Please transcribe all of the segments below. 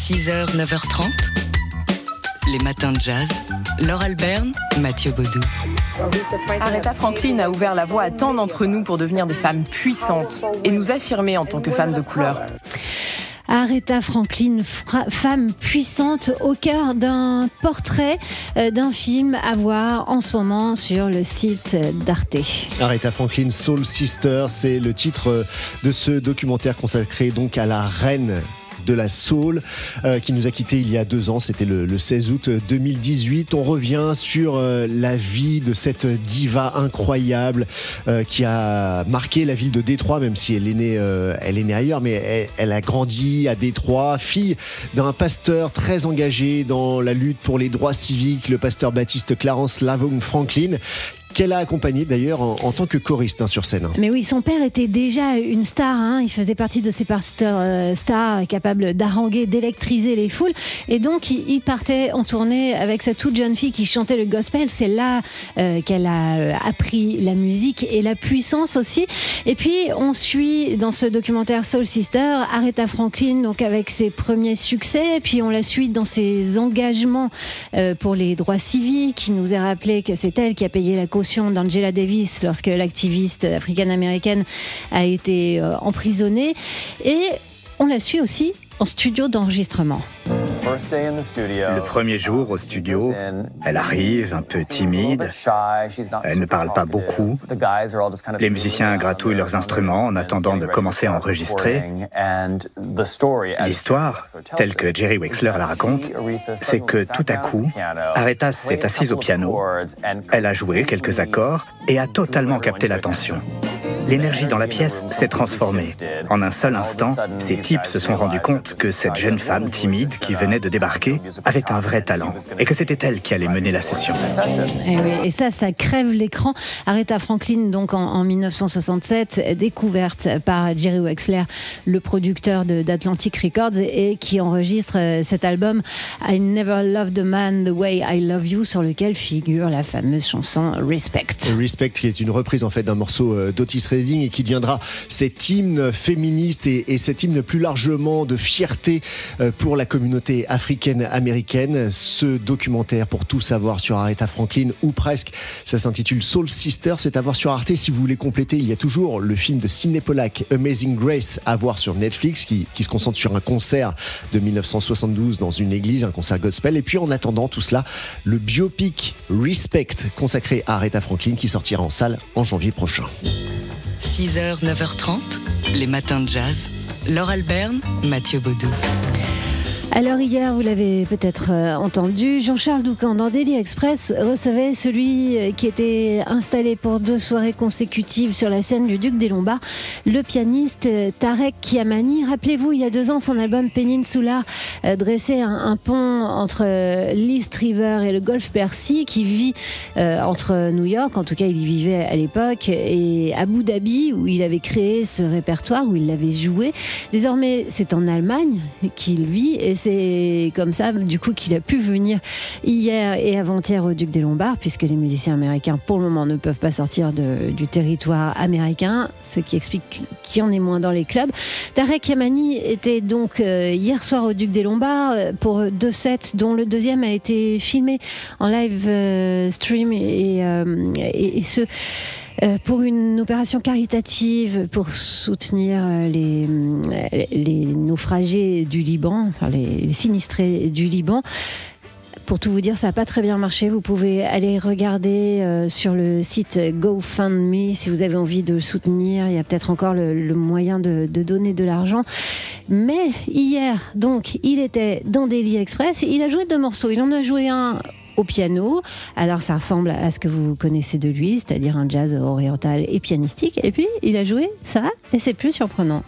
6h, 9h30, les matins de jazz. Laure Alberne, Mathieu Baudou. Aretha Franklin a ouvert la voie à tant d'entre nous pour devenir des femmes puissantes et nous affirmer en tant que femmes de couleur. Aretha Franklin, femme puissante au cœur d'un portrait d'un film à voir en ce moment sur le site d'Arte. Aretha Franklin, Soul Sister, c'est le titre de ce documentaire consacré donc à la reine de la soul qui nous a quittés il y a 2 ans, c'était le 16 août 2018. On revient sur la vie de cette diva incroyable qui a marqué la ville de Détroit, même si elle est née ailleurs, mais elle a grandi à Détroit, fille d'un pasteur très engagé dans la lutte pour les droits civiques, le pasteur baptiste Clarence Lavon Franklin, qu'elle a accompagné d'ailleurs en tant que choriste sur scène. Mais oui, son père était déjà une star, il faisait partie de ces pasteurs stars capables d'haranguer, d'électriser les foules, et donc il partait en tournée avec cette toute jeune fille qui chantait le gospel. C'est là qu'elle a appris la musique et la puissance aussi. Et puis on suit dans ce documentaire Soul Sister Aretha Franklin, donc avec ses premiers succès, et puis on la suit dans ses engagements pour les droits civiques. Il nous a rappelé que c'est elle qui a payé la caution d'Angela Davis lorsque l'activiste africaine-américaine a été emprisonnée, et on la suit aussi en studio d'enregistrement. Le premier jour au studio, elle arrive un peu timide, elle ne parle pas beaucoup, les musiciens gratouillent leurs instruments en attendant de commencer à enregistrer. L'histoire, telle que Jerry Wexler la raconte, c'est que tout à coup, Aretha s'est assise au piano, elle a joué quelques accords et a totalement capté l'attention. L'énergie dans la pièce s'est transformée. En un seul instant, ces types se sont rendus compte que cette jeune femme timide qui venait de débarquer avait un vrai talent et que c'était elle qui allait mener la session. Et oui, et ça crève l'écran. Aretha Franklin, donc en 1967, découverte par Jerry Wexler, le producteur d'Atlantic Records, et qui enregistre cet album I Never Loved a Man the Way I Love You, sur lequel figure la fameuse chanson Respect. Respect, qui est une reprise en fait d'un morceau d'Otis Redding, et qui deviendra cet hymne féministe et cet hymne plus largement de fierté pour la communauté africaine-américaine. Ce documentaire, pour tout savoir sur Aretha Franklin, ou presque, ça s'intitule Soul Sister, c'est à voir sur Arte. Si vous voulez compléter, il y a toujours le film de Sidney Pollack, Amazing Grace, à voir sur Netflix, qui se concentre sur un concert de 1972 dans une église, un concert gospel. Et puis en attendant tout cela, le biopic Respect, consacré à Aretha Franklin, qui sortira en salle en janvier prochain. 6h, 9h30, les matins de jazz. Laure Alberne, Mathieu Baudou. Alors hier, vous l'avez peut-être entendu, Jean-Charles Doucan dans Daily Express recevait celui qui était installé pour 2 soirées consécutives sur la scène du Duc des Lombards, le pianiste Tarek Kiamani. Rappelez-vous, il y a 2 ans, son album Peninsula dressait un pont entre l'East River et le Golfe Persique, qui vit entre New York, en tout cas il y vivait à l'époque, et Abu Dhabi, où il avait créé ce répertoire, où il l'avait joué. Désormais, c'est en Allemagne qu'il vit, et c'est comme ça, du coup, qu'il a pu venir hier et avant-hier au Duc des Lombards, puisque les musiciens américains, pour le moment, ne peuvent pas sortir du territoire américain, ce qui explique qu'il y en ait moins dans les clubs. Tarek Kiamani était donc hier soir au Duc des Lombards pour 2 sets, dont le deuxième a été filmé en live stream, et ce... pour une opération caritative pour soutenir les naufragés du Liban, enfin les sinistrés du Liban. Pour tout vous dire, ça n'a pas très bien marché. Vous pouvez aller regarder sur le site GoFundMe si vous avez envie de soutenir. Il y a peut-être encore le moyen de donner de l'argent. Mais hier, donc, il était dans Daily Express. Il a joué 2 morceaux. Il en a joué un au piano. Alors ça ressemble à ce que vous connaissez de lui, c'est-à-dire un jazz oriental et pianistique. Et puis il a joué ça, et c'est plus surprenant.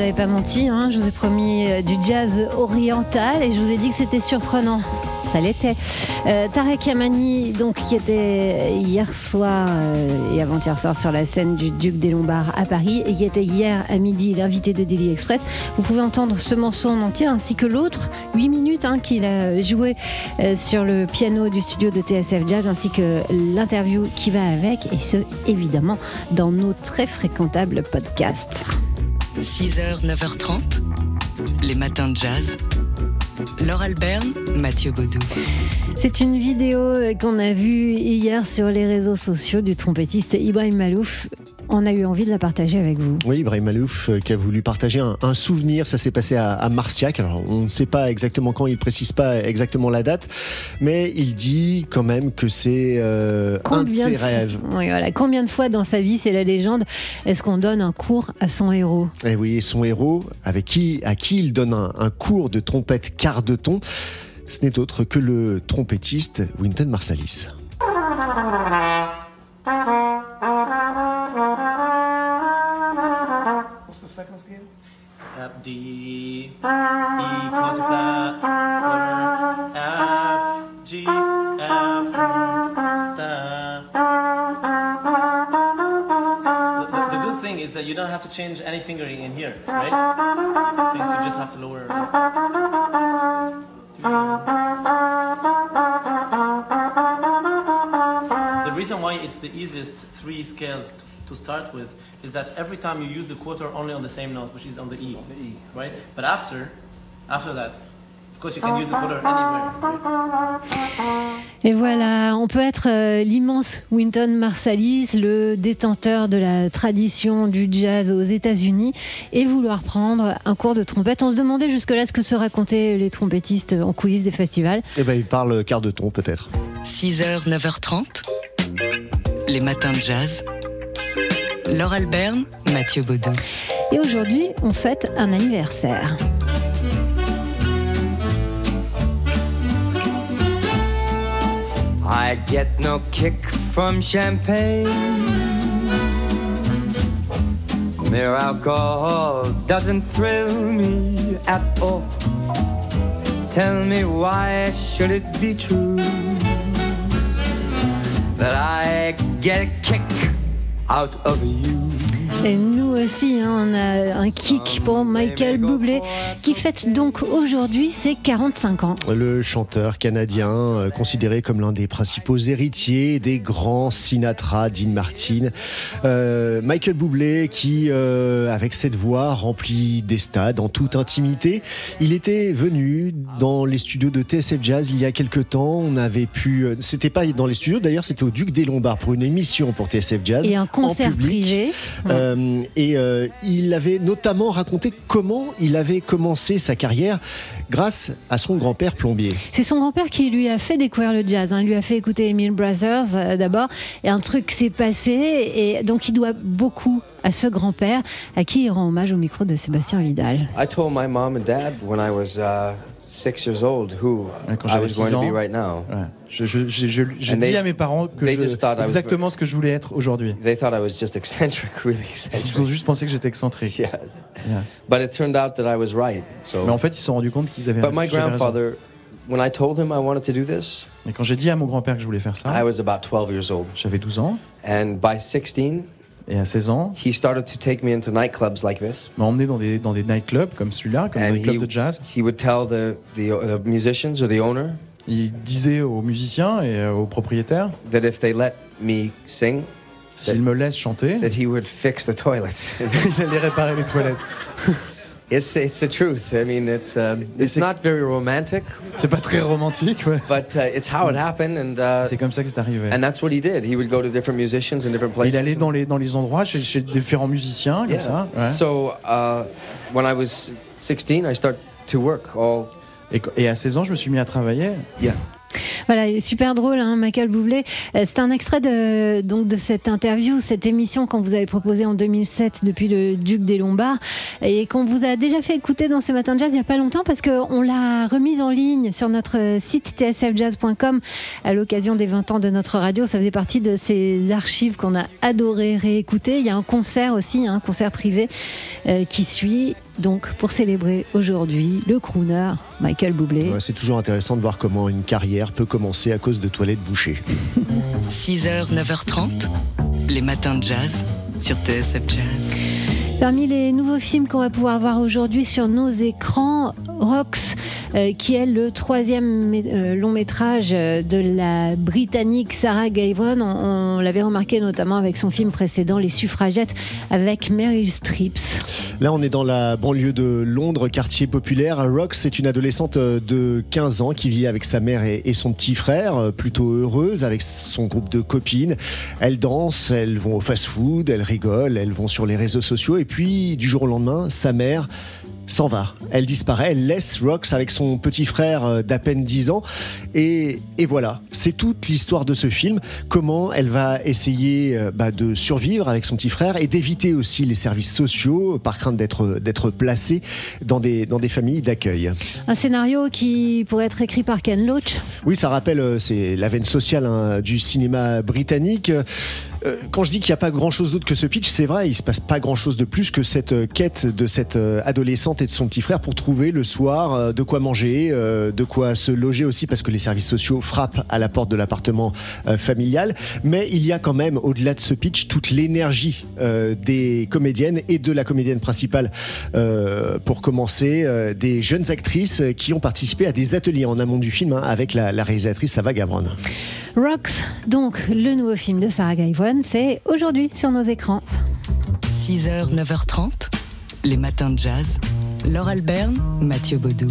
avais pas menti, hein, je vous ai promis du jazz oriental et je vous ai dit que c'était surprenant. Ça l'était. Tarek Yamani, donc, qui était hier soir et avant-hier soir sur la scène du Duc des Lombards à Paris et qui était hier à midi l'invité de Daily Express. Vous pouvez entendre ce morceau en entier ainsi que l'autre, 8 minutes, qu'il a joué sur le piano du studio de TSF Jazz, ainsi que l'interview qui va avec, et ce, évidemment, dans nos très fréquentables podcasts. 6h, 9h30, les matins de jazz. Laure Alberne, Mathieu Baudou. C'est une vidéo qu'on a vue hier sur les réseaux sociaux du trompettiste Ibrahim Malouf. On a eu envie de la partager avec vous. Oui, Ibrahim Malouf qui a voulu partager un souvenir. Ça s'est passé à Marciac. Alors, on ne sait pas exactement quand, il ne précise pas exactement la date, mais il dit quand même que c'est un de ses rêves. Oui, voilà. Combien de fois dans sa vie, c'est la légende, est-ce qu'on donne un cours à son héros ? Et oui, son héros, à qui il donne un cours de trompette quart de ton, ce n'est autre que le trompettiste Wynton Marsalis. What's the second scale? D, E, quadriflat, quarter, F, G, F, da. The good thing is that you don't have to change any fingering in here, right? Things you just have to lower. The reason why it's the easiest 3 scales to start with is that every time you use the quarter only on the same note, which is on the E, right? But after that, of course you can use the quarter anywhere. Right? Et voilà, on peut être l'immense Wynton Marsalis, le détenteur de la tradition du jazz aux États-Unis, et vouloir prendre un cours de trompette. On se demandait jusque-là ce que se racontaient les trompettistes en coulisses des festivals. Eh ben, il parle quart de ton peut-être. 6h, 9h30, les matins de jazz. Laure Alberne, Mathieu Baudou. Et aujourd'hui, on fête un anniversaire. I get no kick from champagne. Mere alcohol doesn't thrill me at all. Tell me why should it be true that I get a kick out of you. Et nous aussi, on a un kick pour Michael Bublé qui fête donc aujourd'hui ses 45 ans. Le chanteur canadien, considéré comme l'un des principaux héritiers des grands Sinatra, Dean Martin. Michael Bublé qui, avec cette voix, remplit des stades en toute intimité. Il était venu dans les studios de TSF Jazz il y a quelques temps. On avait pu... C'était pas dans les studios d'ailleurs, c'était au Duc des Lombards pour une émission pour TSF Jazz. Et un concert en public. Privé. Il avait notamment raconté comment il avait commencé sa carrière grâce à son grand-père plombier. C'est son grand-père qui lui a fait découvrir le jazz. Il lui a fait écouter Emile Brothers d'abord. Et un truc s'est passé. Et donc il doit beaucoup à ce grand-père à qui il rend hommage au micro de Sébastien Vidal. I told my mom and dad when I was 6 years old who quand I was going to be ans, right now. Ouais. Je dis à mes parents que exactement ce que je voulais être aujourd'hui. They thought I was just eccentric, really eccentric. Ils ont juste pensé que j'étais excentrique. Yeah. But it turned out that I was right. So. Mais en fait, ils se sont rendus compte qu'ils avaient raison. But my grandfather, when I told him I wanted to do this, et quand j'ai dit à mon grand-père que je voulais faire ça, I was about 12 years old. J'avais 12 ans. And by 16, et à 16 ans, he started to take me into nightclubs like this. M'a emmené dans des nightclubs comme celui-là, comme des clubs de jazz. He would tell the musicians or the owner. Il disait aux musiciens et aux propriétaires that if they let me sing, s'il me laisse chanter, that he would fix the toilets. Il allait réparer les toilettes. It's the truth. I mean, it's not very romantic. C'est pas très romantique, ouais. But it's how it happened, and c'est comme ça que c'est arrivé. And that's what he did. He would go to different musicians in different places. Il allait dans les endroits chez différents musiciens comme ça. Ouais. So when I was 16, I started to work all. Et à 16 ans, je me suis mis à travailler. Yeah. Voilà, il est super drôle, Michael Bublé. C'est un extrait de cette interview, cette émission qu'on vous avait proposée en 2007 depuis le Duc des Lombards et qu'on vous a déjà fait écouter dans ces matins de jazz il n'y a pas longtemps parce qu'on l'a remise en ligne sur notre site tsfjazz.com à l'occasion des 20 ans de notre radio. Ça faisait partie de ces archives qu'on a adoré réécouter. Il y a un concert aussi, un concert privé qui suit. donc pour célébrer aujourd'hui le crooner Michael Bublé. Ouais, c'est toujours intéressant de voir comment une carrière peut commencer à cause de toilettes bouchées. 6h, 9h30, les matins de jazz sur TSF Jazz. Parmi les nouveaux films qu'on va pouvoir voir aujourd'hui sur nos écrans, Rocks, qui est le 3e long métrage de la Britannique Sarah Gavron. On l'avait remarqué notamment avec son film précédent, Les Suffragettes, avec Meryl Streep. Là, on est dans la banlieue de Londres, quartier populaire. Rocks, c'est une adolescente de 15 ans qui vit avec sa mère et son petit frère, plutôt heureuse avec son groupe de copines. Elles dansent, elles vont au fast-food, elles rigolent, elles vont sur les réseaux sociaux. Et puis, du jour au lendemain, sa mère s'en va. Elle disparaît, elle laisse Rocks avec son petit frère d'à peine 10 ans. Et voilà, c'est toute l'histoire de ce film. Comment elle va essayer de survivre avec son petit frère et d'éviter aussi les services sociaux par crainte d'être placée dans des familles d'accueil. Un scénario qui pourrait être écrit par Ken Loach. Oui, ça rappelle, c'est la veine sociale du cinéma britannique. Quand je dis qu'il n'y a pas grand-chose d'autre que ce pitch, c'est vrai, il ne se passe pas grand-chose de plus que cette quête de cette adolescente et de son petit frère pour trouver le soir de quoi manger, de quoi se loger aussi, parce que les services sociaux frappent à la porte de l'appartement familial. Mais il y a quand même, au-delà de ce pitch, toute l'énergie des comédiennes et de la comédienne principale, pour commencer, des jeunes actrices qui ont participé à des ateliers en amont du film avec la réalisatrice Sarah Gavron. Rocks, donc le nouveau film de Sarah Gavron, c'est aujourd'hui sur nos écrans. 6h, 9h30, les matins de jazz. Laure Alberne, Mathieu Baudou.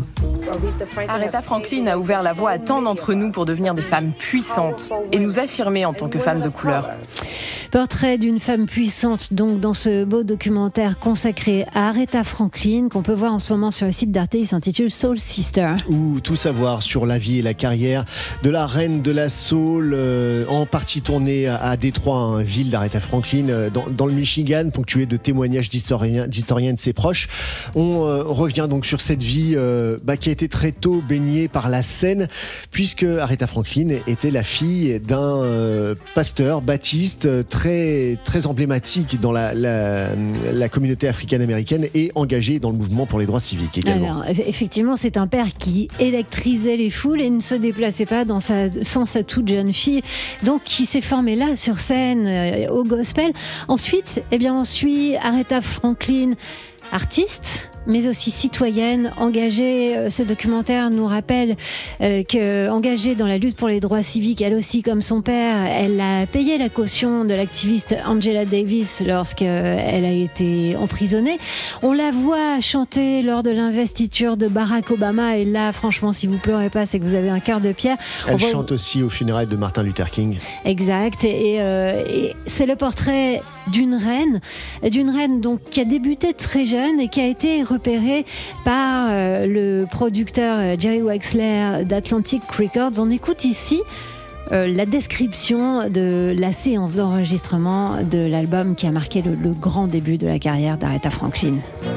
Aretha Franklin a ouvert la voie à tant d'entre nous pour devenir des femmes puissantes et nous affirmer en tant que femmes de couleur. Portrait d'une femme puissante, donc, dans ce beau documentaire consacré à Aretha Franklin, qu'on peut voir en ce moment sur le site d'Arte. Il s'intitule Soul Sister. Où tout savoir sur la vie et la carrière de la reine de la soul, en partie tournée à Détroit, ville d'Aretha Franklin, dans le Michigan, ponctuée de témoignages d'historiens de ses proches. On revient donc sur cette vie qui a été très tôt baignée par la scène, puisque Aretha Franklin était la fille d'un pasteur baptiste très, très emblématique dans la communauté africaine-américaine et engagé dans le mouvement pour les droits civiques également. Alors, effectivement, c'est un père qui électrisait les foules et ne se déplaçait pas sans sa toute jeune fille, donc qui s'est formé là sur scène au gospel. Ensuite, on suit Aretha Franklin, artiste, mais aussi citoyenne, engagée. Ce documentaire nous rappelle qu'engagée dans la lutte pour les droits civiques, elle aussi, comme son père, elle a payé la caution de l'activiste Angela Davis lorsqu'elle a été emprisonnée. On la voit chanter lors de l'investiture de Barack Obama, et là, franchement, si vous pleurez pas, c'est que vous avez un cœur de pierre. Elle chante aussi aux funérailles de Martin Luther King. Exact, et c'est le portrait d'une reine donc, qui a débuté très jeune et qui a été repérée par le producteur Jerry Wexler d'Atlantic Records. On écoute ici la description de la séance d'enregistrement de l'album qui a marqué le grand début de la carrière d'Aretha Franklin.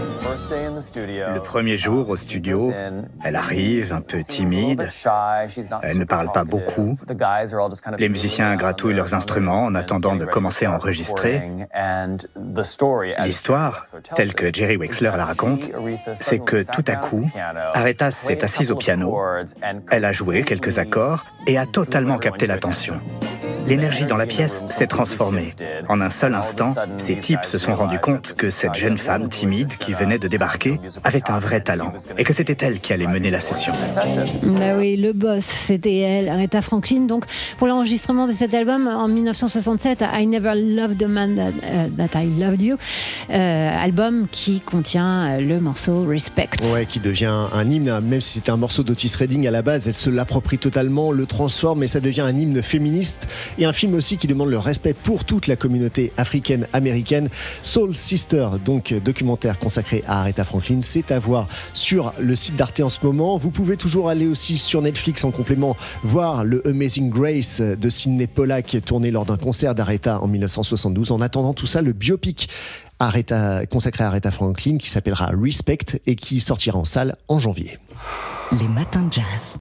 Le premier jour au studio, elle arrive un peu timide, elle ne parle pas beaucoup, les musiciens gratouillent leurs instruments en attendant de commencer à enregistrer. L'histoire, telle que Jerry Wexler la raconte, c'est que tout à coup, Aretha s'est assise au piano, elle a joué quelques accords et a totalement capté l'attention. L'énergie dans la pièce s'est transformée. En un seul instant, ces types se sont rendus compte que cette jeune femme timide qui venait de débarquer avait un vrai talent et que c'était elle qui allait mener la session. Bah oui, le boss, c'était elle, Aretha Franklin. Donc, pour l'enregistrement de cet album en 1967, I Never Loved the Man That I Loved You, album qui contient le morceau Respect. Ouais, qui devient un hymne, même si c'était un morceau d'Otis Redding à la base, elle se l'approprie totalement, le transforme et ça devient un hymne féministe. Et un film aussi qui demande le respect pour toute la communauté africaine-américaine. Soul Sister, donc documentaire consacré à Aretha Franklin, c'est à voir sur le site d'Arte en ce moment. Vous pouvez toujours aller aussi sur Netflix en complément voir le Amazing Grace de Sidney Pollack tourné lors d'un concert d'Aretha en 1972. En attendant tout ça, le biopic consacré à Aretha Franklin qui s'appellera Respect et qui sortira en salle en janvier. Les matins de jazz.